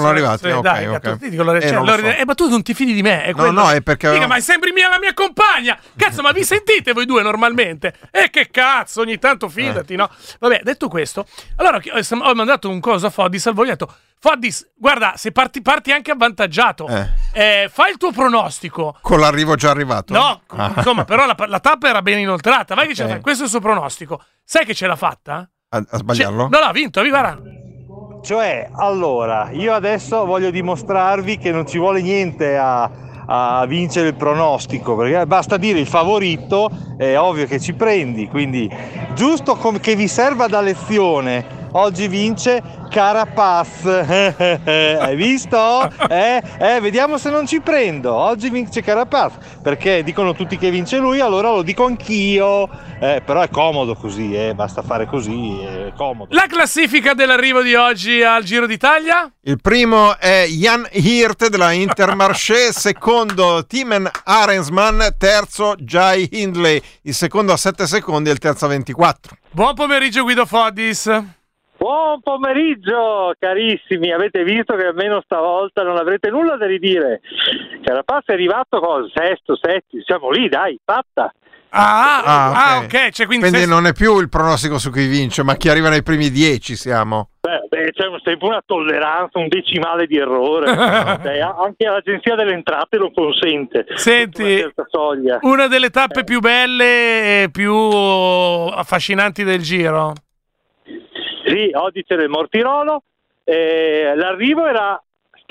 Ma tu non ti fidi di me? No, è perché Dica, ma sembri la mia compagna. Cazzo, ma vi sentite voi due normalmente? Che cazzo, ogni tanto fidati, no? Vabbè, detto questo, allora ho mandato un coso a Foddis al vogliato. Foddis, guarda, se parti anche avvantaggiato, fai il tuo pronostico. Con l'arrivo già arrivato? No, insomma, però la tappa era ben inoltrata. Vai che ce la fai. Questo è il suo pronostico. Sai che ce l'ha fatta? A sbagliarlo? No, l'ha vinto, viva. Cioè, allora, io adesso voglio dimostrarvi che non ci vuole niente a vincere il pronostico, perché basta dire il favorito, è ovvio che ci prendi, quindi giusto che vi serva da lezione. Oggi vince Carapaz. Hai visto? Vediamo se non ci prendo. Oggi vince Carapaz, perché dicono tutti che vince lui, allora lo dico anch'io. Però è comodo così, basta fare così, è comodo. La classifica dell'arrivo di oggi al Giro d'Italia? Il primo è Jan Hirt della Intermarché, secondo Timen Arensman, terzo Jai Hindley, il secondo a 7 secondi e il terzo a 24. Buon pomeriggio Guido Foddis. Buon pomeriggio carissimi, avete visto che almeno stavolta non avrete nulla da ridire. Carapaz è arrivato sesto, settimo, siamo lì, dai, fatta. Ok. Cioè, quindi non è più il pronostico su chi vince, ma chi arriva nei primi 10 siamo. C'è sempre una tolleranza, un decimale di errore. Anche l'Agenzia delle Entrate lo consente. Senti, una delle tappe più belle e più affascinanti del Giro. Sì, oggi c'era il Mortirolo, l'arrivo era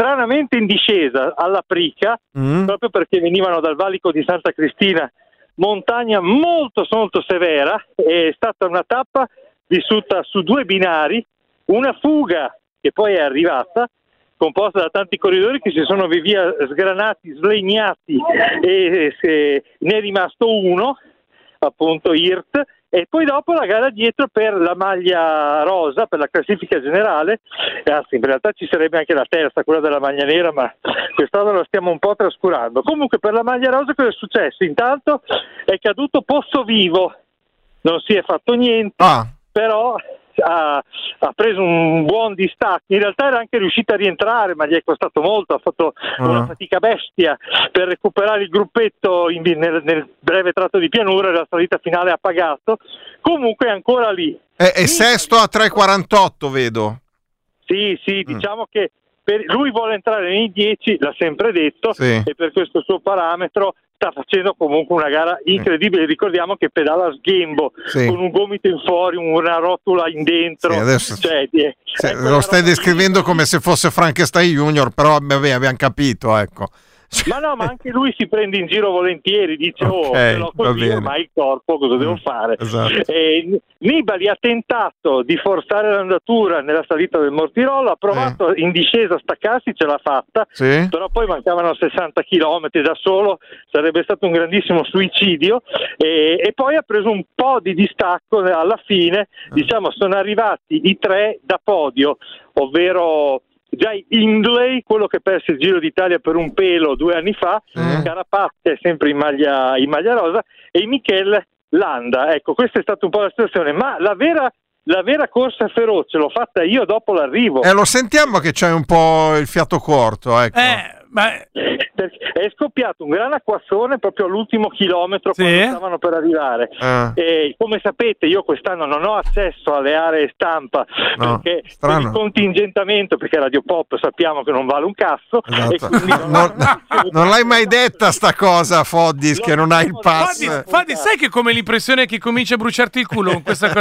stranamente in discesa alla Prica, proprio perché venivano dal valico di Santa Cristina, montagna molto molto severa. È stata una tappa vissuta su 2 binari, una fuga che poi è arrivata, composta da tanti corridori che si sono via sgranati, slegnati, e ne è rimasto uno, appunto Hirt, e poi dopo la gara dietro per la maglia rosa, per la classifica generale, anzi in realtà ci sarebbe anche la terza, quella della maglia nera, ma quest'anno la stiamo un po' trascurando. Comunque per la maglia rosa cosa è successo? Intanto è caduto Pozzovivo, non si è fatto niente, però ha preso un buon distacco. In realtà era anche riuscito a rientrare, ma gli è costato molto, ha fatto una fatica bestia per recuperare il gruppetto nel breve tratto di pianura, e la salita finale ha pagato. Comunque è ancora lì. È sesto a 3,48, vedo. Sì, diciamo che lui vuole entrare nei 10, l'ha sempre detto, e per questo suo parametro sta facendo comunque una gara incredibile. Ricordiamo che pedala a sghembo, con un gomito in fuori, una rotola in dentro. Adesso lo stai descrivendo come se fosse Frankenstein Junior, però vabbè, abbiamo capito, ecco. Ma no, ma anche lui si prende in giro volentieri, dice ce l'ho così, ormai il corpo cosa devo fare? Esatto. Nibali ha tentato di forzare l'andatura nella salita del Mortirolo, ha provato in discesa a staccarsi, ce l'ha fatta, però poi mancavano 60 km, da solo sarebbe stato un grandissimo suicidio, e poi ha preso un po' di distacco alla fine. Diciamo sono arrivati i 3 da podio, ovvero Jay Hindley, quello che perse il Giro d'Italia per un pelo 2 anni fa, Carapaz è sempre in maglia rosa, e Michele Landa. Ecco, questa è stata un po' la situazione, ma la vera corsa feroce l'ho fatta io dopo l'arrivo. Lo sentiamo che c'hai un po' il fiato corto, ecco. È scoppiato un gran acquazzone proprio all'ultimo chilometro, quando stavano per arrivare. E come sapete io quest'anno non ho accesso alle aree stampa, perché per il contingentamento, perché Radio Pop sappiamo che non vale un cazzo, e quindi non l'hai mai detta sta cosa, Foddis, che non hai il pass. Fadi, sai che come l'impressione che cominci a bruciarti il culo con questa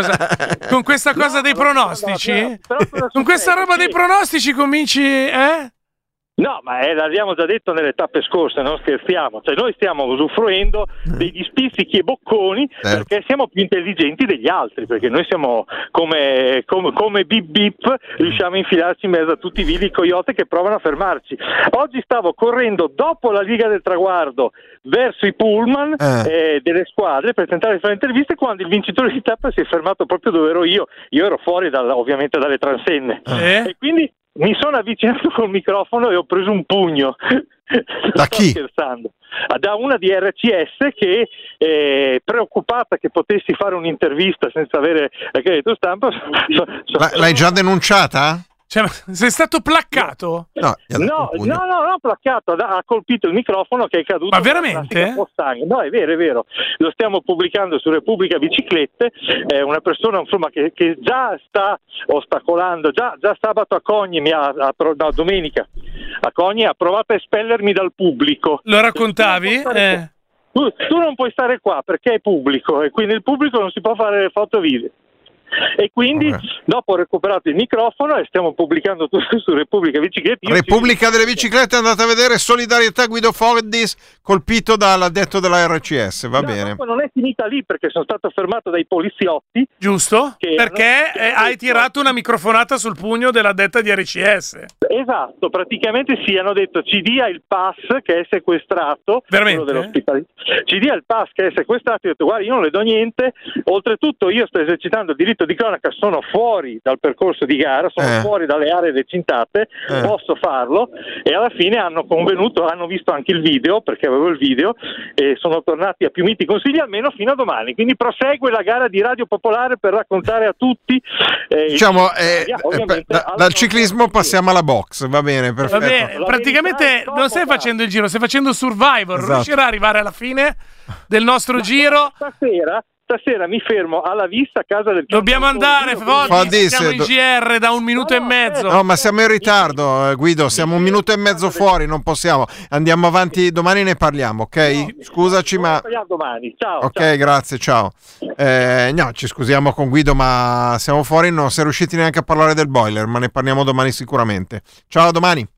cosa dei pronostici? Con questa roba dei pronostici cominci, No, ma l'abbiamo già detto nelle tappe scorse, non scherziamo, cioè noi stiamo usufruendo degli spizzichi e bocconi perché siamo più intelligenti degli altri, perché noi siamo come Bip Bip, riusciamo a infilarci in mezzo a tutti i vili coyote che provano a fermarci. Oggi stavo correndo dopo la Liga del Traguardo verso i pullman delle squadre per tentare di fare interviste, quando il vincitore di tappa si è fermato proprio dove ero io ero fuori ovviamente dalle transenne, e quindi mi sono avvicinato col microfono e ho preso un pugno. Da chi? Sto scherzando. Da una di RCS che preoccupata che potessi fare un'intervista senza avere la credito stampa. L'hai già denunciata? Cioè, sei stato placcato? No, placcato, ha colpito il microfono che è caduto. Ma veramente? No, è vero. Lo stiamo pubblicando su Repubblica Biciclette. È una persona insomma che già sta ostacolando, già sabato a Cogni domenica a Cogni ha provato a espellermi dal pubblico. Lo raccontavi? Tu non puoi stare qua perché è pubblico, e quindi il pubblico non si può fare foto video. E quindi dopo ho recuperato il microfono e stiamo pubblicando tutto su Repubblica Biciclette. Repubblica delle Biciclette, andate a vedere. Solidarietà Guido Foddis, colpito dall'addetto della RCS, va bene. Dopo non è finita lì, perché sono stato fermato dai poliziotti. Giusto? Perché hai tirato una microfonata sul pugno dell'addetta di RCS. Esatto, praticamente hanno detto ci dia il pass che è sequestrato. Veramente? Ci dia il pass che è sequestrato. Io ho detto guarda, io non le do niente, oltretutto io sto esercitando il diritto di cronaca, sono fuori dal percorso di gara, sono fuori dalle aree recintate, posso farlo, e alla fine hanno convenuto, hanno visto anche il video, perché avevo il video, e sono tornati a più miti consigli almeno fino a domani. Quindi prosegue la gara di Radio Popolare per raccontare a tutti dal ciclismo passiamo alla box, va bene, perfetto. Va bene, praticamente non stai facendo il giro, stai facendo Survivor. Esatto. Riuscirà ad arrivare alla fine del nostro giro? Stasera mi fermo alla vista a casa del Dobbiamo andare, Foddis, siamo in GR da 1 minuto e mezzo. No, ma siamo in ritardo, Guido, siamo 1 minuto e mezzo fuori, non possiamo. Andiamo avanti, domani ne parliamo, ok? Scusaci, ma domani. Ciao. Ok, ciao. grazie, ciao. No, ci scusiamo con Guido, ma siamo fuori, non si è riusciti neanche a parlare del boiler, ma ne parliamo domani sicuramente. Ciao, a domani.